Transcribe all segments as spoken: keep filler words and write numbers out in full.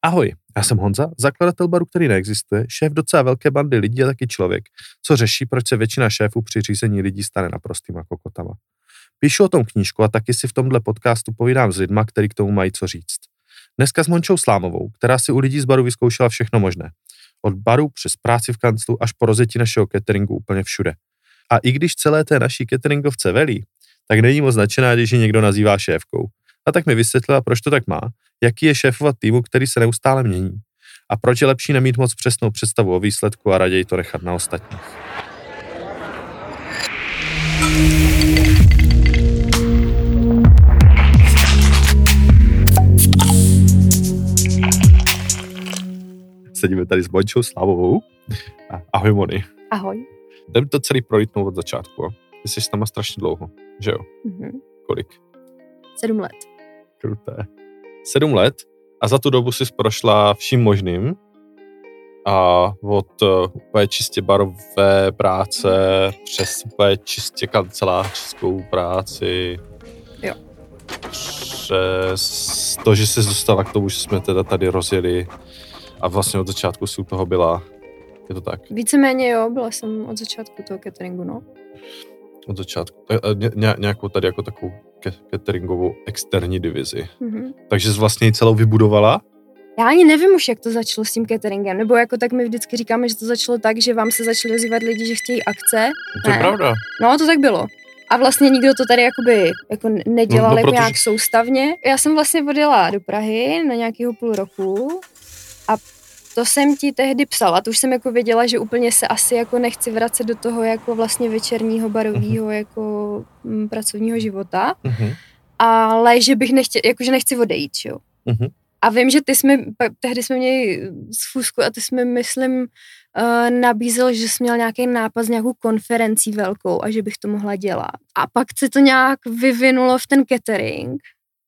Ahoj, já jsem Honza, zakladatel baru, který neexistuje, šéf docela velké bandy lidí a taky člověk, co řeší, proč se většina šéfů při řízení lidí stane naprostýma kokotama. Píšu o tom knížku a taky si v tomhle podcastu povídám s lidma, který k tomu mají co říct. Dneska s Mončou Slámovou, která si u lidí z baru vyzkoušela všechno možné. Od baru přes práci v kanclu až po rozjetí našeho cateringu úplně všude. A i když celé té naší cateringovce velí, tak není moc nadšená, když ji někdo nazývá šéfkou. A tak mi vysvětlila, proč to tak má, jaký je šéfovat týmu, který se neustále mění. A proč je lepší nemít moc přesnou představu o výsledku a raději to nechat na ostatních. Sedíme tady s Mončou Slámovou. Ahoj, Moni. Ahoj. Jdem to celý projítnout od začátku. Ty jsi tam strašně dlouho, že jo? Mm-hmm. Kolik? Sedm let. Kruté. Sedm let a za tu dobu jsi prošla vším možným a od uh, úplně čistě barové práce přes úplně čistě kancelářskou práci. Jo. Přes to, že jsi dostala k tomu, že jsme teda tady rozjeli a vlastně od začátku si u toho byla. Je to tak? Víceméně jo, byla jsem od začátku toho cateringu, no. Od začátku. Ně, ně, nějakou tady jako takovou cateringovou externí divizi. Mm-hmm. Takže jsi vlastně ji celou vybudovala? Já ani nevím už, jak to začalo s tím cateringem, nebo jako tak my vždycky říkáme, že to začalo tak, že vám se začali ozývat lidi, že chtějí akce. To je pravda. No, to tak bylo. A vlastně nikdo to tady jakoby jako nedělal no, no, jako protože... nějak soustavně. Já jsem vlastně odjela do Prahy na nějakýho půl roku a to jsem ti tehdy psala, to už jsem jako věděla, že úplně se asi jako nechci vracet do toho jako vlastně večerního barového uh-huh. jako m, pracovního života, uh-huh. ale že bych nechtěla, jakože nechci odejít, jo. Uh-huh. A vím, že ty jsme, tehdy jsme měli schůzku a ty jsme, myslím, uh, nabízel, že jsi měl nějaký nápad s nějakou konferencí velkou a že bych to mohla dělat. A pak se to nějak vyvinulo v ten catering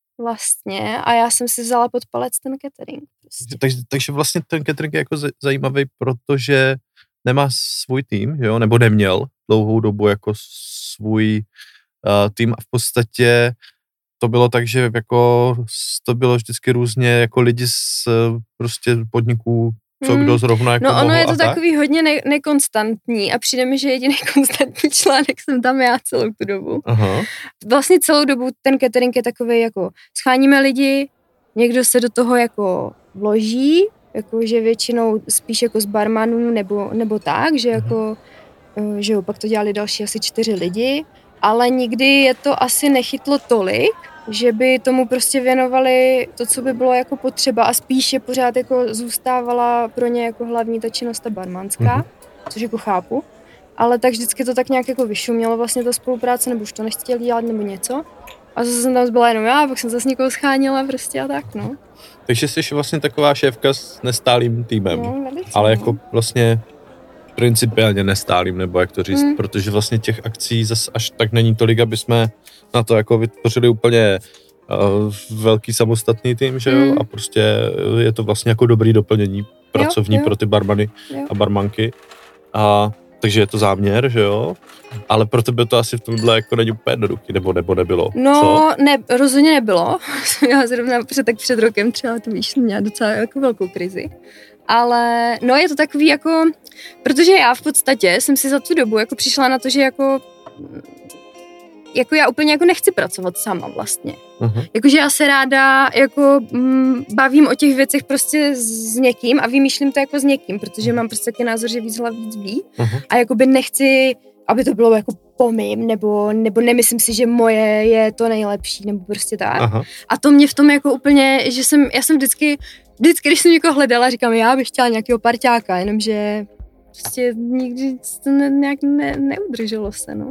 vlastně a já jsem si vzala pod palec ten catering. Prostě. Takže, takže vlastně ten catering je jako zajímavý, protože nemá svůj tým, jo, nebo neměl dlouhou dobu jako svůj uh, tým a v podstatě to bylo tak, že jako to bylo vždycky různě jako lidi z uh, prostě podniků, co mm. kdo zrovna jako No ono mohl je to tak? Takový hodně ne- nekonstantní a přijde mi, že jediný konstantní článek jsem tam já celou tu dobu. Aha. Vlastně celou dobu ten catering je takový jako scháníme lidi, někdo se do toho jako vloží, jakože většinou spíš jako z barmanů nebo, nebo tak, že jako, uh, že jo, pak to dělali další asi čtyři lidi, ale nikdy je to asi nechytlo tolik, že by tomu prostě věnovali to, co by bylo jako potřeba a spíš je pořád jako zůstávala pro ně jako hlavní ta činnost ta barmanská, mm-hmm. což jako chápu, ale tak vždycky to tak nějak jako vyšumělo vlastně ta spolupráce, nebo už to nechtěli dělat nebo něco. A zase jsem tam byla jenom já, pak jsem zase někoho schánila prostě a tak, no. Takže jsi vlastně taková šéfka s nestálým týmem, no, velice, ale no. jako vlastně principiálně nestálým, nebo jak to říct, mm. protože vlastně těch akcí zase až tak není tolik, aby jsme na to jako vytvořili úplně uh, velký samostatný tým, že jo, mm. a prostě je to vlastně jako dobrý doplnění pracovní jo, jo. pro ty barmany jo. a barmanky. A takže je to záměr, že jo, ale pro tebe to asi v tomhle jako není úplně jednoduchý, nebo, nebo nebylo. No, co? ne, rozhodně nebylo. Já zrovna před, tak před rokem třeba, to víš, měla docela jako velkou krizi. Ale no je to takový jako, protože já v podstatě jsem si za tu dobu jako přišla na to, že jako jako já úplně jako nechci pracovat sama vlastně. Uh-huh. Jakože já se ráda jako m, bavím o těch věcech prostě s někým a vymýšlím to jako s někým, protože mám prostě taky názor, že víc hlav víc ví uh-huh. a jakoby nechci, aby to bylo jako po mým, nebo, nebo nemyslím si, že moje je to nejlepší, nebo prostě tak. Uh-huh. A to mě v tom jako úplně, že jsem, já jsem vždycky, vždycky, když jsem někoho hledala, říkám, já bych chtěla nějakého parťáka, jenomže prostě nikdy to ne, nějak ne, neudrželo se, no.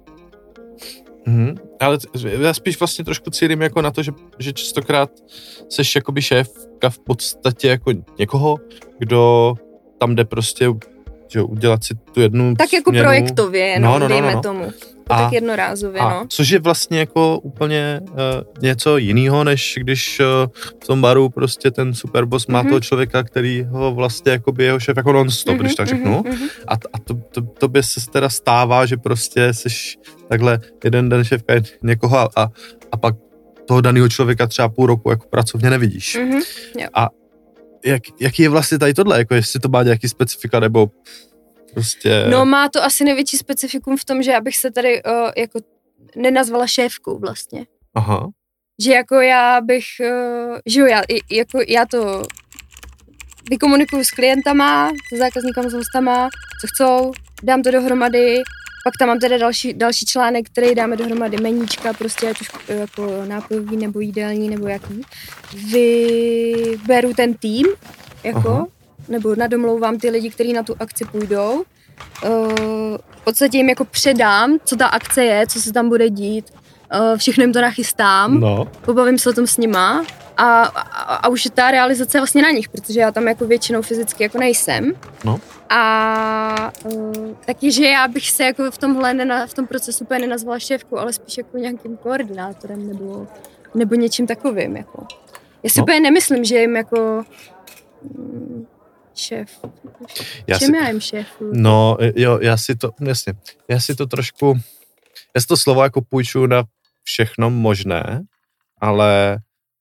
Mm, ale já spíš vlastně trošku cílím jako na to, že, že častokrát seš jakoby šéfka v podstatě jako někoho, kdo tam jde prostě že udělat si tu jednu tak jako směnu. Projektově, no, no, no, dejme no, no. tomu. To a, tak jednorázově, a no. Což je vlastně jako úplně uh, něco jiného, než když uh, v tom baru prostě ten superboss mm-hmm. má toho člověka, který ho vlastně jakoby jeho šéf jako non-stop, mm-hmm, když tak řeknu. Mm-hmm. A, a to, to, tobě se teda stává, že prostě seš takhle jeden den šéfka někoho a, a pak toho daného člověka třeba půl roku jako pracovně nevidíš. Mm-hmm, jo. A jak, jaký je vlastně tady tohle, jako jestli to má nějaký specifika, nebo prostě... No má to asi největší specifikum v tom, že abych se tady uh, jako nenazvala šéfkou vlastně. Aha. Že jako já bych, uh, že jo, já, jako já to vykomunikuju s klientama, s zákazníkama, s hostama, co chcou, dám to dohromady, pak tam mám teda další, další článek, který dáme dohromady, meníčka, prostě ať už jako nápojový nebo jídelní nebo jaký. Vyberu ten tým, jako, aha, nebo nadomlouvám ty lidi, kteří na tu akci půjdou. Uh, v podstatě jim jako předám, co ta akce je, co se tam bude dít. Uh, všechno jim to nachystám, no. Pobavím se o tom s nima a, a, a už je ta realizace vlastně na nich, protože já tam jako většinou fyzicky jako nejsem. No. A uh, taky, že já bych se jako v tomhle nena, v tom procesu úplně nenazvala šéfkou, ale spíš jako nějakým koordinátorem nebo, nebo něčím takovým. Jako. Já si no. úplně nemyslím, že jim jako mm, šéf. Já Čím si, já jim šéfu? No jo, já si to, jasně, já si to trošku, já si to slovo jako půjčuju na všechno možné, ale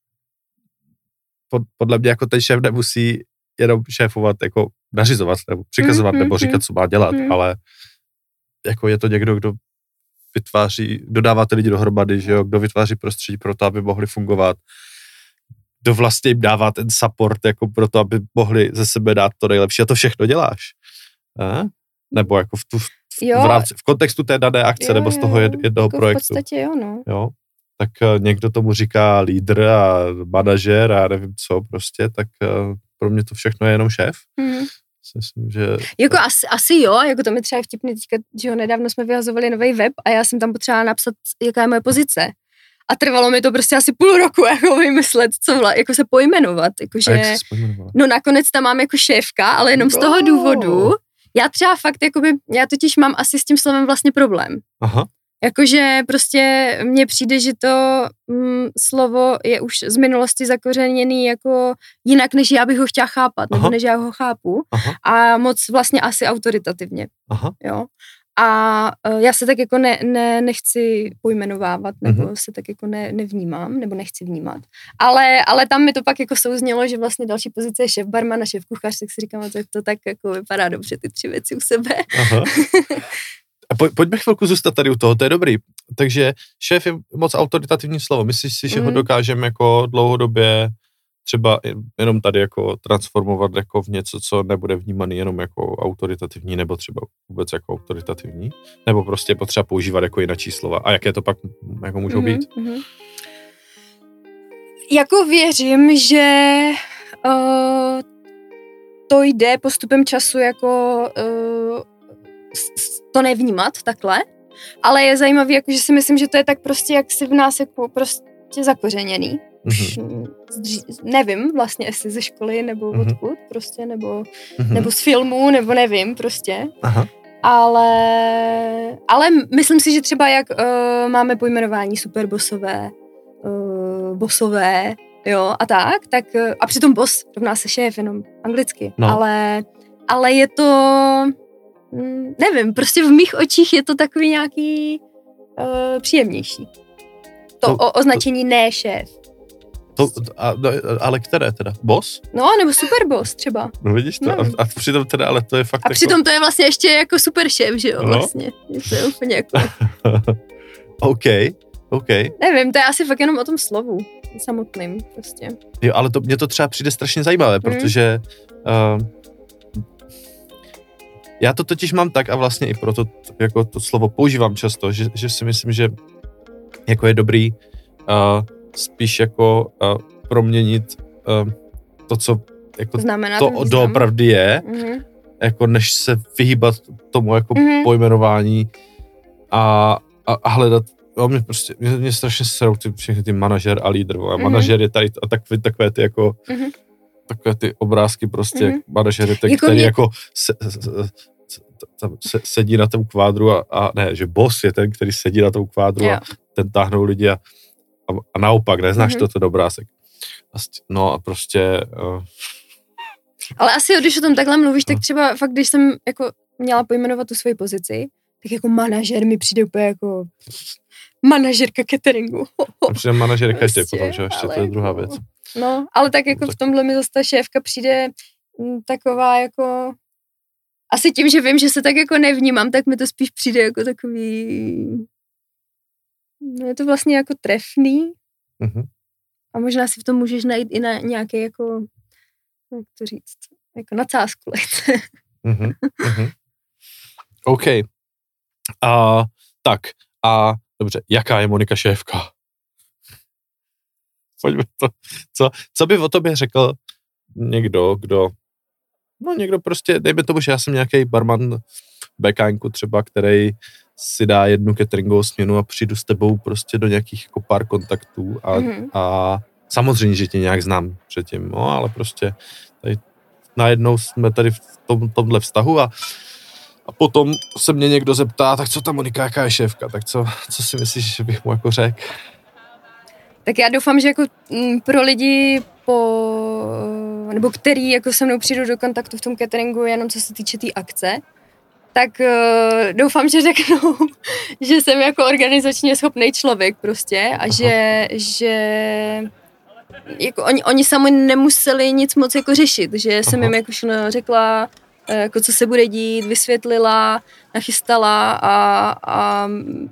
pod, podle mě jako ten šéf nemusí jenom šéfovat, jako nařizovat nebo přikazovat, mm, nebo říkat, mm, co má dělat, mm. ale jako je to někdo, kdo vytváří, dodává ty lidi dohromady, že jo, kdo vytváří prostředí pro to, aby mohli fungovat, kdo vlastně jim dává ten support, jako pro to, aby mohli ze sebe dát to nejlepší a to všechno děláš. A? Nebo jako v tu v, rámci, v kontextu té dané akce, jo, nebo z toho jed, jednoho jako projektu. V podstatě jo, no. Jo, tak uh, někdo tomu říká lídr a manažer a nevím co prostě, tak uh, pro mě to všechno je jenom šéf. Mm. Myslím, že... Jako asi, asi jo, jako to mi třeba vtipný teďka, že jo, nedávno jsme vyhazovali nový web a já jsem tam potřebovala napsat, jaká je moje pozice. A trvalo mi to prostě asi půl roku, jako vymyslet, co vla, jako se pojmenovat. Jakože, a jak jsi pojmenovala? No nakonec tam mám jako šéfka, ale jenom no. z toho důvodu, já třeba fakt, jakoby, já totiž mám asi s tím slovem vlastně problém. Aha. Jakože prostě mně přijde, že to mm, slovo je už z minulosti zakořeněný jako jinak, než já bych ho chtěla chápat, aha, nebo než já ho chápu. Aha. A moc vlastně asi autoritativně. Aha. Jo. A uh, já se tak jako ne, ne, nechci pojmenovávat, nebo mm-hmm. se tak jako ne, nevnímám, nebo nechci vnímat. Ale, ale tam mi to pak jako souznělo, že vlastně další pozice je šéf barman a šéf kuchař, tak si říkám, že to tak jako vypadá dobře, ty tři věci u sebe. Aha. A poj, pojďme chvilku zůstat tady u toho, to je dobrý. Takže šéf je moc autoritativní slovo. Myslíš si, že mm. ho dokážeme jako dlouhodobě třeba jenom tady jako transformovat jako v něco, co nebude vnímaný jenom jako autoritativní, nebo třeba vůbec jako autoritativní? Nebo prostě potřeba používat jako jinačí slova? A jaké to pak jako můžou být? Mm-hmm. Jako věřím, že uh, to jde postupem času jako uh, to nevnímat takhle, ale je zajímavý, jako, že si myslím, že to je tak prostě, jak si v nás jako prostě zakořeněný. Už mm-hmm. nevím vlastně, jestli ze školy, nebo mm-hmm. odkud prostě, nebo, mm-hmm. nebo z filmu, nebo nevím prostě. Aha. Ale, ale myslím si, že třeba jak uh, máme pojmenování superbosové, uh, bosové, jo, a tak, tak uh, a přitom boss rovná se šéf, jenom anglicky, no. ale, ale je to mm, nevím, prostě v mých očích je to takový nějaký uh, příjemnější. To, to o označení to... ne šéf. To, a, ale které teda? Boss? No, nebo superboss třeba. No vidíš to? A, a přitom teda, ale to je fakt A jako... přitom to je vlastně ještě jako super šéf, že jo, no? Vlastně. To je úplně jako... OK, OK. Nevím, to je asi fakt jenom o tom slovu samotným prostě. Jo, ale to, mně to třeba přijde strašně zajímavé, mm. protože uh, já to totiž mám tak a vlastně i proto jako to slovo používám často, že, že si myslím, že jako je dobrý uh, spíš jako uh, proměnit uh, to, co jako znamená to doopravdy je, mm-hmm. jako než se vyhýbat tomu jako mm-hmm. pojmenování a, a, a hledat, jo, mě prostě, mě, mě strašně serou ty, všechny ty manažer a lídr, a mm-hmm. manažer je tady a takové, takové ty jako mm-hmm. takové ty obrázky prostě, mm-hmm. manažer je ten, jako který mě... jako se, se, se, se, sedí na tom kvádru a, a ne, že boss je ten, který sedí na tom kvádru yeah. a ten táhnou lidi a A, a naopak, neznáš mm-hmm. to, ten obrázek. No a prostě... Uh... Ale asi, když o tom takhle mluvíš, tak třeba fakt, když jsem jako měla pojmenovat tu svoji pozici, tak jako manažer mi přijde úplně jako manažerka cateringu. Přijde manažer každý Prostě, potom, že ještě ale to je druhá jako- věc. No, ale tak jako Tak- v tomhle mi zase ta šéfka přijde mm, taková jako... Asi tím, že vím, že se tak jako nevnímám, tak mi to spíš přijde jako takový... No je to vlastně jako trefný Mhm. a možná si v tom můžeš najít i na nějaký jako, jak to říct, jako nadsázku lehce. Mhm. Mhm. OK. A, tak, a dobře, jaká je Monika šéfka? Pojďme to. Co, co by o tobě řekl někdo, kdo, no někdo prostě, dejme tomu, že já jsem nějaký barman bekánku třeba, který si dá jednu cateringovou směnu a přijdu s tebou prostě do nějakých jako pár kontaktů a, Mhm. a samozřejmě, že tě nějak znám předtím, no, ale prostě tady najednou jsme tady v tom, tomhle vztahu a, a potom se mě někdo zeptá, tak co ta Monika, jaká je šéfka, tak co, co si myslíš, že bych mu jako řekl? Tak já doufám, že jako mm, pro lidi po, nebo který jako se mnou přijdou do kontaktu v tom cateringu, jenom co se týče té tý akce, tak uh, doufám, že řeknou, že jsem jako organizačně schopný člověk prostě a že, že jako oni, oni sami nemuseli nic moc jako řešit, že jsem Aha. jim jako všechno řekla, eh, jako co se bude dít, vysvětlila, nachystala a, a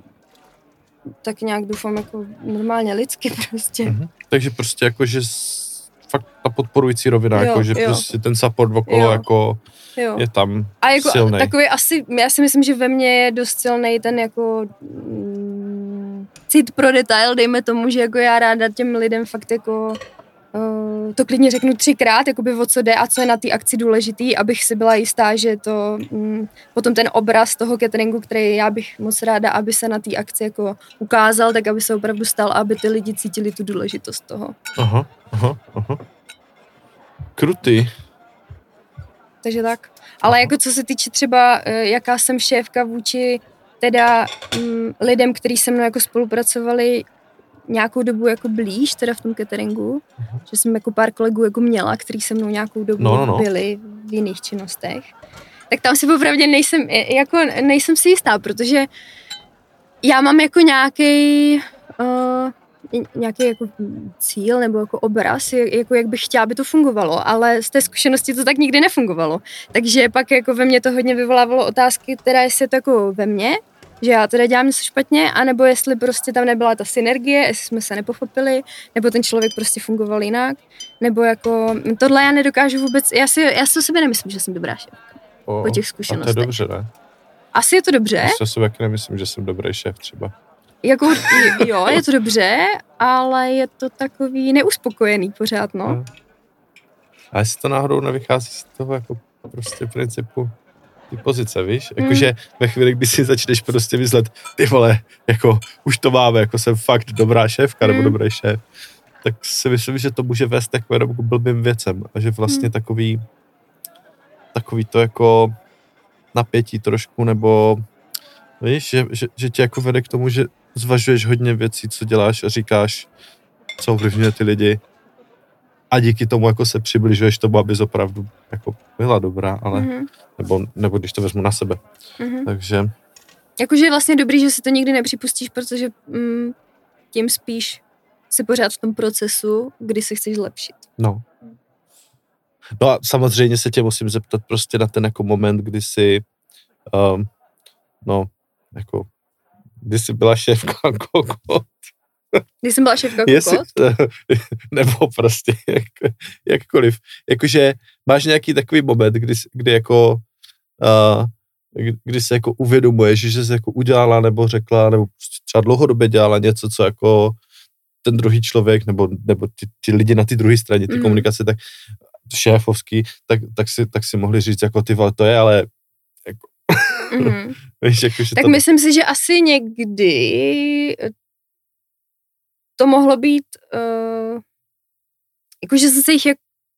tak nějak doufám jako normálně lidsky prostě. Mhm. Takže prostě jako, že s- fakt ta podporující rovina, Jo, jako, že jo. prostě ten support okolo Jo. jako Jo. je tam A jako silnej. takový asi, já si myslím, že ve mně je dost silnej ten jako mm, cit pro detail, dejme tomu, že jako já ráda těm lidem fakt jako uh, to klidně řeknu třikrát, jakoby o co jde a co je na té akci důležitý, abych si byla jistá, že to mm, potom ten obraz toho cateringu, který já bych moc ráda, aby se na té akci jako ukázal, tak aby se opravdu stal, aby ty lidi cítili tu důležitost toho. Aha, aha, aha. Krutý. Takže tak. Ale jako co se týče třeba, eh, jaká jsem šéfka vůči teda mm, lidem, kteří se mnou jako spolupracovali nějakou dobu jako blíž, teda v tom cateringu, Mhm. že jsem jako pár kolegů jako měla, kteří se mnou nějakou dobu No, no, no. byli v jiných činnostech. Tak tam si opravdu nejsem, eh, jako nejsem si jistá, protože já mám jako nějaký uh, nějaký jako cíl nebo jako obraz, jako jak bych chtěla, aby to fungovalo, ale z té zkušenosti to tak nikdy nefungovalo. Takže pak jako ve mně to hodně vyvolávalo otázky, teda jestli je to jako ve mně, že já teda dělám něco špatně, anebo jestli prostě tam nebyla ta synergie, jestli jsme se nepochopili, nebo ten člověk prostě fungoval jinak, nebo jako tohle já nedokážu vůbec, já si, já si o sobě nemyslím, že jsem dobrá šéfka O, po těch a to zkušenostech. je dobře, ne? Asi je to dobře, Já si o sobě taky nemyslím, že jsem dobrý šéf třeba. jako jo, je to dobře, ale je to takový neuspokojený pořád, no. Hmm. A jestli to náhodou nevychází z toho jako prostě principu ty pozice, víš? Jakože ve chvíli, kdy si začneš prostě myslet, ty vole, jako už to máme, jako jsem fakt dobrá šéfka nebo Mm. dobrý šéf, tak si myslím, že to může vést takovým k blbým věcem a že vlastně Mm. takový takový to jako napětí trošku, nebo víš, že, že, že tě jako vede k tomu, že zvažuješ hodně věcí, co děláš a říkáš, co ovlivňuje ty lidi a díky tomu jako se přibližuješ tomu, abys opravdu jako byla dobrá, ale Mhm, nebo, nebo když to vezmu na sebe. mhm. Takže Jakože je vlastně dobrý, že si to nikdy nepřipustíš, protože mm, tím spíš si pořád v tom procesu, kdy se chceš zlepšit. no. No a samozřejmě se tě musím zeptat prostě na ten jako moment, kdy jsi um, no, jako kdy jsi byla šéfka Kokot. Když jsem byla šéfka Jestli, Kokot, nebo prostě jak, jakkoliv. Jakože máš nějaký takový moment, kdy, kdy jako uh, kdy, kdy se jako uvědomuješ, že jsi jako udělala nebo řekla, nebo třeba dlouhodobě dělala něco, co jako ten druhý člověk, nebo, nebo ty, ty lidi na ty druhé straně, ty Mhm. komunikace, tak šéfovský, tak, tak, si, tak si mohli říct, jako ty vole, to je, ale jako, mhm. víš, jako, že tak to, myslím si, že asi někdy to mohlo být uh, jakože jsem se jich jak,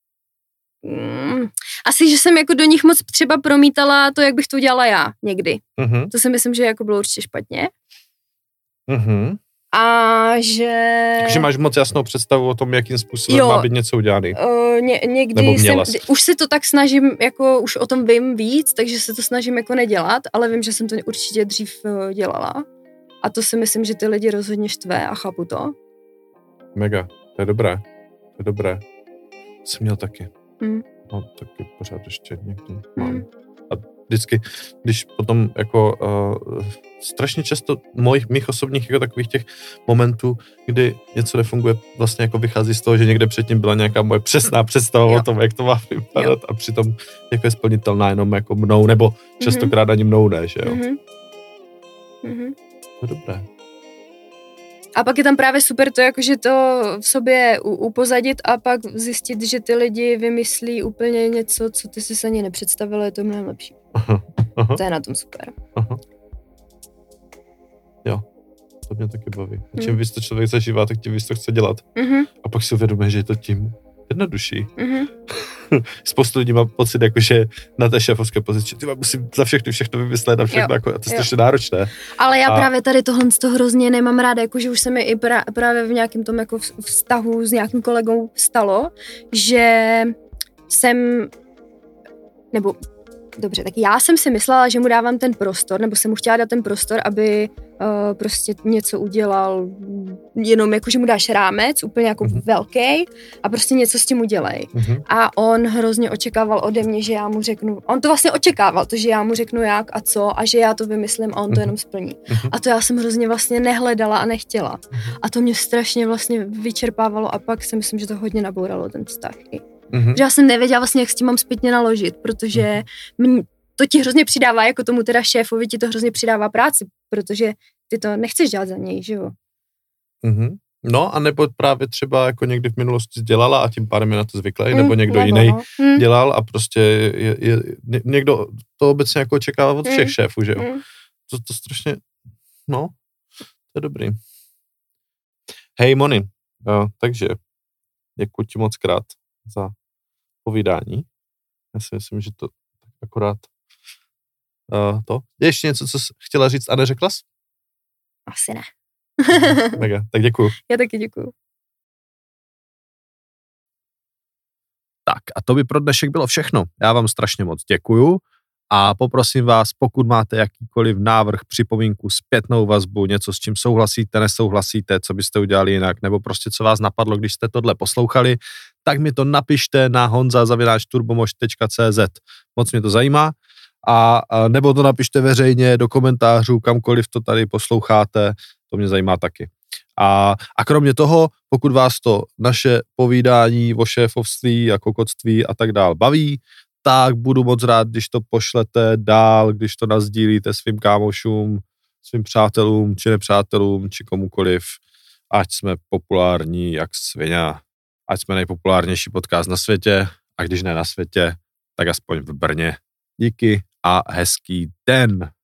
mm, asi, že jsem jako do nich moc třeba promítala to, jak bych to udělala já někdy. Mhm, To si myslím, že jako bylo určitě špatně. mhm. a že... Takže máš moc jasnou představu o tom, jakým způsobem jo, má být něco udělaný. Uh, ně, někdy jsem, už se to tak snažím, jako už o tom vím víc, takže se to snažím jako nedělat, ale vím, že jsem to určitě dřív uh, dělala. A to si myslím, že ty lidi rozhodně štve a chápu to. Mega, to je dobré. To je dobré. Jsem měl taky. Mm. No, taky pořád ještě někdy mám. Mm. A vždycky, když potom jako uh, strašně často mojich, mých osobních jako takových těch momentů, kdy něco nefunguje, vlastně jako vychází z toho, že někde předtím byla nějaká moje přesná představa o tom, jak to má vypadat jo. A přitom jako je splnitelná jenom jako mnou, nebo častokrát mm-hmm. ani mnou ne, že jo. Mm-hmm. Mm-hmm. To je dobré. A pak je tam právě super to, jakože to v sobě upozadit a pak zjistit, že ty lidi vymyslí úplně něco, co ty si ani nepředstavil, je to mnohem lepší. Aha, aha. To je na tom super. Aha. Jo, to mě taky baví. A čím hmm. víc to člověk zažívá, tak tím víc to chce dělat. Mm-hmm. A pak si uvědomuje, že je to tím jednodušší. Mm-hmm. Spoustu lidí má pocit, jakože na té šéfovské pozici, ty musím za všechny všechno vymyslet a všechno, jako, a to je strašně náročné. Ale já a... právě tady tohle z toho hrozně nemám ráda, jakože už se mi i pra, právě v nějakém tom jako vztahu s nějakým kolegou stalo, že jsem, nebo dobře, tak já jsem si myslela, že mu dávám ten prostor, nebo jsem mu chtěla dát ten prostor, aby uh, prostě něco udělal, jenom jako, že mu dáš rámec, úplně jako mm-hmm. velký a prostě něco s tím udělej. Mm-hmm. A on hrozně očekával ode mě, že já mu řeknu, on to vlastně očekával, to, že já mu řeknu jak a co a že já to vymyslím a on to mm-hmm. jenom splní. Mm-hmm. A to já jsem hrozně vlastně nehledala a nechtěla. Mm-hmm. A to mě strašně vlastně vyčerpávalo a pak si myslím, že to hodně nabouralo ten vztah. Mm-hmm. Že já jsem nevěděla vlastně, jak s tím mám zpětně naložit, protože mě, to ti hrozně přidává, jako tomu teda šéfovi ti to hrozně přidává práci, protože ty to nechceš dělat za něj, že jo? Mm-hmm. No a nebo právě třeba jako někdy v minulosti dělala a tím pádem je na to zvyklý, mm, nebo někdo nebo, jiný mm. dělal a prostě je, je, někdo to obecně jako očekává od všech mm. šéfů, že jo? Mm. To, to strašně, no, to je dobrý. Hej Moni, uh, takže děkuji ti moc krát za povídání. Já si myslím, že to akorát uh, to. Je ještě něco, co jsi chtěla říct a neřekla jsi? Asi ne. Mega, tak děkuju. Já taky děkuju. Tak a to by pro dnešek bylo všechno. Já vám strašně moc děkuju a poprosím vás, pokud máte jakýkoliv návrh, připomínku, zpětnou vazbu, něco, s čím souhlasíte, nesouhlasíte, co byste udělali jinak, nebo prostě co vás napadlo, když jste tohle poslouchali, tak mi to napište na honza zavináč turbomož tečka cé zet. Moc mě to zajímá. A, a nebo to napište veřejně do komentářů, kamkoliv to tady posloucháte, to mě zajímá taky. A, a kromě toho, pokud vás to naše povídání o šéfovství a kokotství a tak dál baví, tak budu moc rád, když to pošlete dál, když to nasdílíte svým kámošům, svým přátelům, či nepřátelům, či komukoliv, ať jsme populární jak svině, ať jsme nejpopulárnější podcast na světě, a když ne na světě, tak aspoň v Brně. Díky a hezký den.